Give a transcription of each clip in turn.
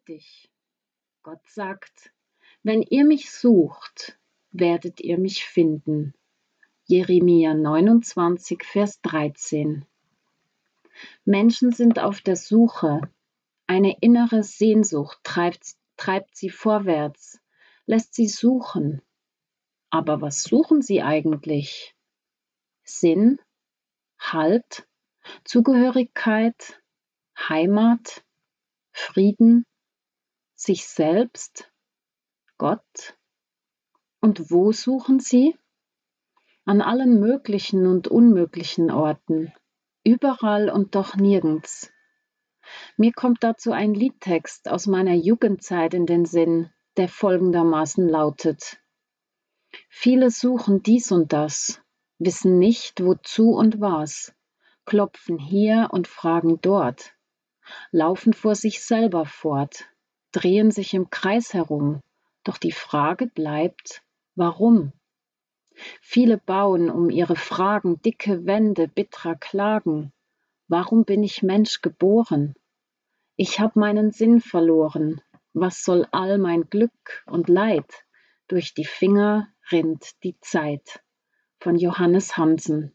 dich. Gott sagt, wenn ihr mich sucht, werdet ihr mich finden. Jeremia 29, Vers 13. Menschen sind auf der Suche. Eine innere Sehnsucht treibt sie vorwärts, lässt sie suchen. Aber was suchen sie eigentlich? Sinn, Halt, Zugehörigkeit, Heimat, Frieden, sich selbst, Gott? Und wo suchen sie? An allen möglichen und unmöglichen Orten, überall und doch nirgends. Mir kommt dazu ein Liedtext aus meiner Jugendzeit in den Sinn, der folgendermaßen lautet: Viele suchen dies und das, wissen nicht, wozu und was, klopfen hier und fragen dort, laufen vor sich selber fort, drehen sich im Kreis herum, doch die Frage bleibt, warum? Viele bauen um ihre Fragen dicke Wände bittrer Klagen. Warum bin ich Mensch geboren? Ich hab meinen Sinn verloren. Was soll all mein Glück und Leid? Durch die Finger rinnt die Zeit. Von Johannes Hansen.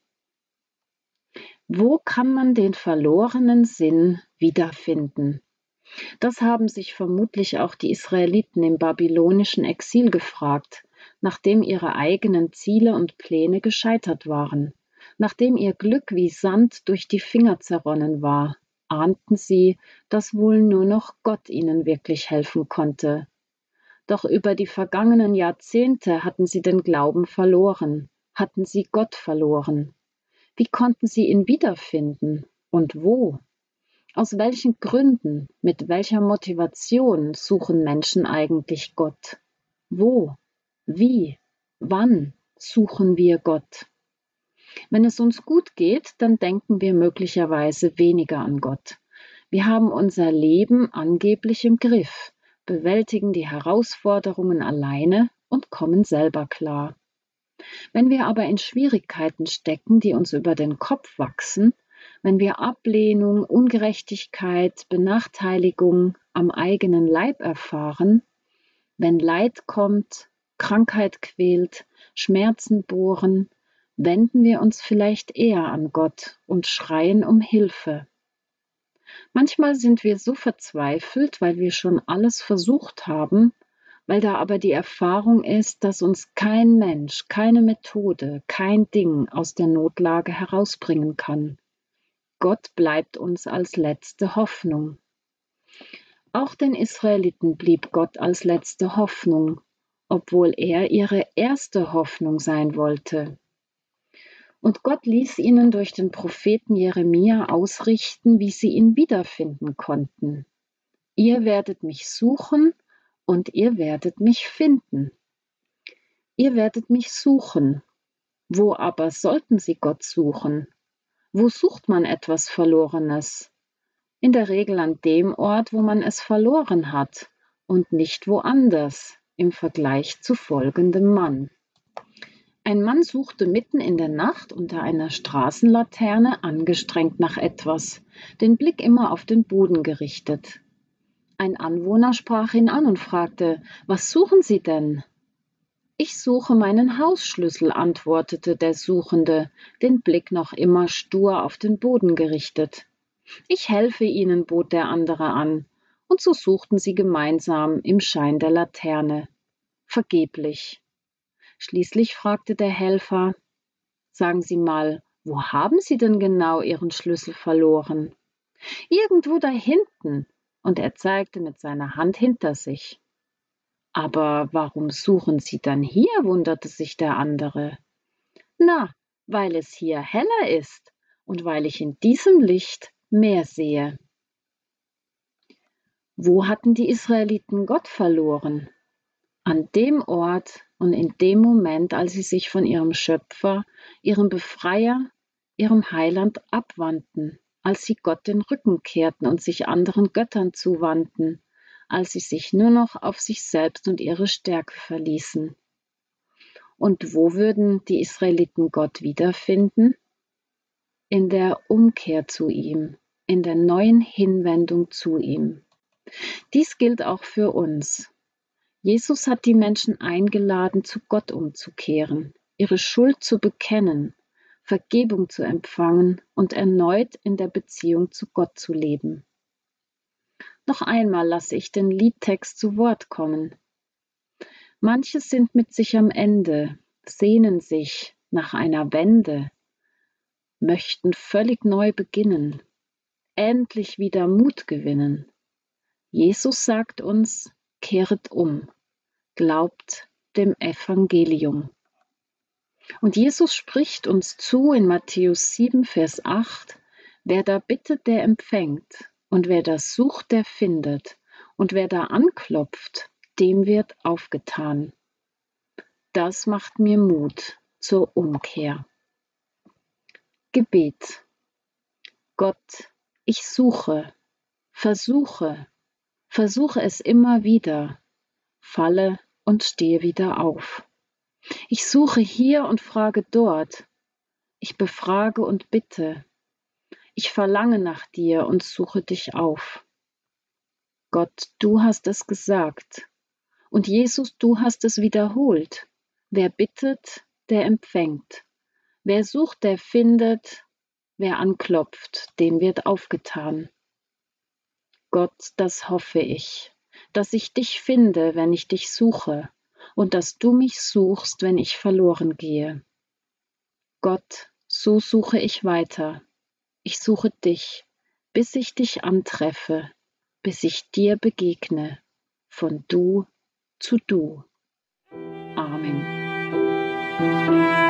Wo kann man den verlorenen Sinn wiederfinden? Das haben sich vermutlich auch die Israeliten im babylonischen Exil gefragt, nachdem ihre eigenen Ziele und Pläne gescheitert waren, nachdem ihr Glück wie Sand durch die Finger zerronnen war, ahnten sie, dass wohl nur noch Gott ihnen wirklich helfen konnte. Doch über die vergangenen Jahrzehnte hatten sie den Glauben verloren, hatten sie Gott verloren. Wie konnten sie ihn wiederfinden und wo? Aus welchen Gründen, mit welcher Motivation suchen Menschen eigentlich Gott? Wo, wie, wann suchen wir Gott? Wenn es uns gut geht, dann denken wir möglicherweise weniger an Gott. Wir haben unser Leben angeblich im Griff, bewältigen die Herausforderungen alleine und kommen selber klar. Wenn wir aber in Schwierigkeiten stecken, die uns über den Kopf wachsen, wenn wir Ablehnung, Ungerechtigkeit, Benachteiligung am eigenen Leib erfahren, wenn Leid kommt, Krankheit quält, Schmerzen bohren, wenden wir uns vielleicht eher an Gott und schreien um Hilfe. Manchmal sind wir so verzweifelt, weil wir schon alles versucht haben, weil da aber die Erfahrung ist, dass uns kein Mensch, keine Methode, kein Ding aus der Notlage herausbringen kann. Gott bleibt uns als letzte Hoffnung. Auch den Israeliten blieb Gott als letzte Hoffnung, obwohl er ihre erste Hoffnung sein wollte. Und Gott ließ ihnen durch den Propheten Jeremia ausrichten, wie sie ihn wiederfinden konnten. Ihr werdet mich suchen und ihr werdet mich finden. Ihr werdet mich suchen. Wo aber sollten sie Gott suchen? Wo sucht man etwas Verlorenes? In der Regel an dem Ort, wo man es verloren hat und nicht woanders, im Vergleich zu folgendem Mann. Ein Mann suchte mitten in der Nacht unter einer Straßenlaterne angestrengt nach etwas, den Blick immer auf den Boden gerichtet. Ein Anwohner sprach ihn an und fragte: Was suchen Sie denn? Ich suche meinen Hausschlüssel, antwortete der Suchende, den Blick noch immer stur auf den Boden gerichtet. Ich helfe Ihnen, bot der andere an, und so suchten sie gemeinsam im Schein der Laterne. Vergeblich. Schließlich fragte der Helfer: Sagen Sie mal, wo haben Sie denn genau Ihren Schlüssel verloren? Irgendwo da hinten, und er zeigte mit seiner Hand hinter sich. Aber warum suchen Sie dann hier, wunderte sich der andere. Na, weil es hier heller ist und weil ich in diesem Licht mehr sehe. Wo hatten die Israeliten Gott verloren? An dem Ort und in dem Moment, als sie sich von ihrem Schöpfer, ihrem Befreier, ihrem Heiland abwandten, als sie Gott den Rücken kehrten und sich anderen Göttern zuwandten, als sie sich nur noch auf sich selbst und ihre Stärke verließen. Und wo würden die Israeliten Gott wiederfinden? In der Umkehr zu ihm, in der neuen Hinwendung zu ihm. Dies gilt auch für uns. Jesus hat die Menschen eingeladen, zu Gott umzukehren, ihre Schuld zu bekennen, Vergebung zu empfangen und erneut in der Beziehung zu Gott zu leben. Noch einmal lasse ich den Liedtext zu Wort kommen. Manche sind mit sich am Ende, sehnen sich nach einer Wende, möchten völlig neu beginnen, endlich wieder Mut gewinnen. Jesus sagt uns, kehret um, glaubt dem Evangelium. Und Jesus spricht uns zu in Matthäus 7, Vers 8, wer da bittet, der empfängt, und wer da sucht, der findet, und wer da anklopft, dem wird aufgetan. Das macht mir Mut zur Umkehr. Gebet. Gott, ich suche, versuche es immer wieder, falle und stehe wieder auf. Ich suche hier und frage dort, ich befrage und bitte, ich verlange nach dir und suche dich auf. Gott, du hast es gesagt und Jesus, du hast es wiederholt. Wer bittet, der empfängt. Wer sucht, der findet. Wer anklopft, dem wird aufgetan. Gott, das hoffe ich, dass ich dich finde, wenn ich dich suche, und dass du mich suchst, wenn ich verloren gehe. Gott, so suche ich weiter. Ich suche dich, bis ich dich antreffe, bis ich dir begegne, von du zu du. Amen.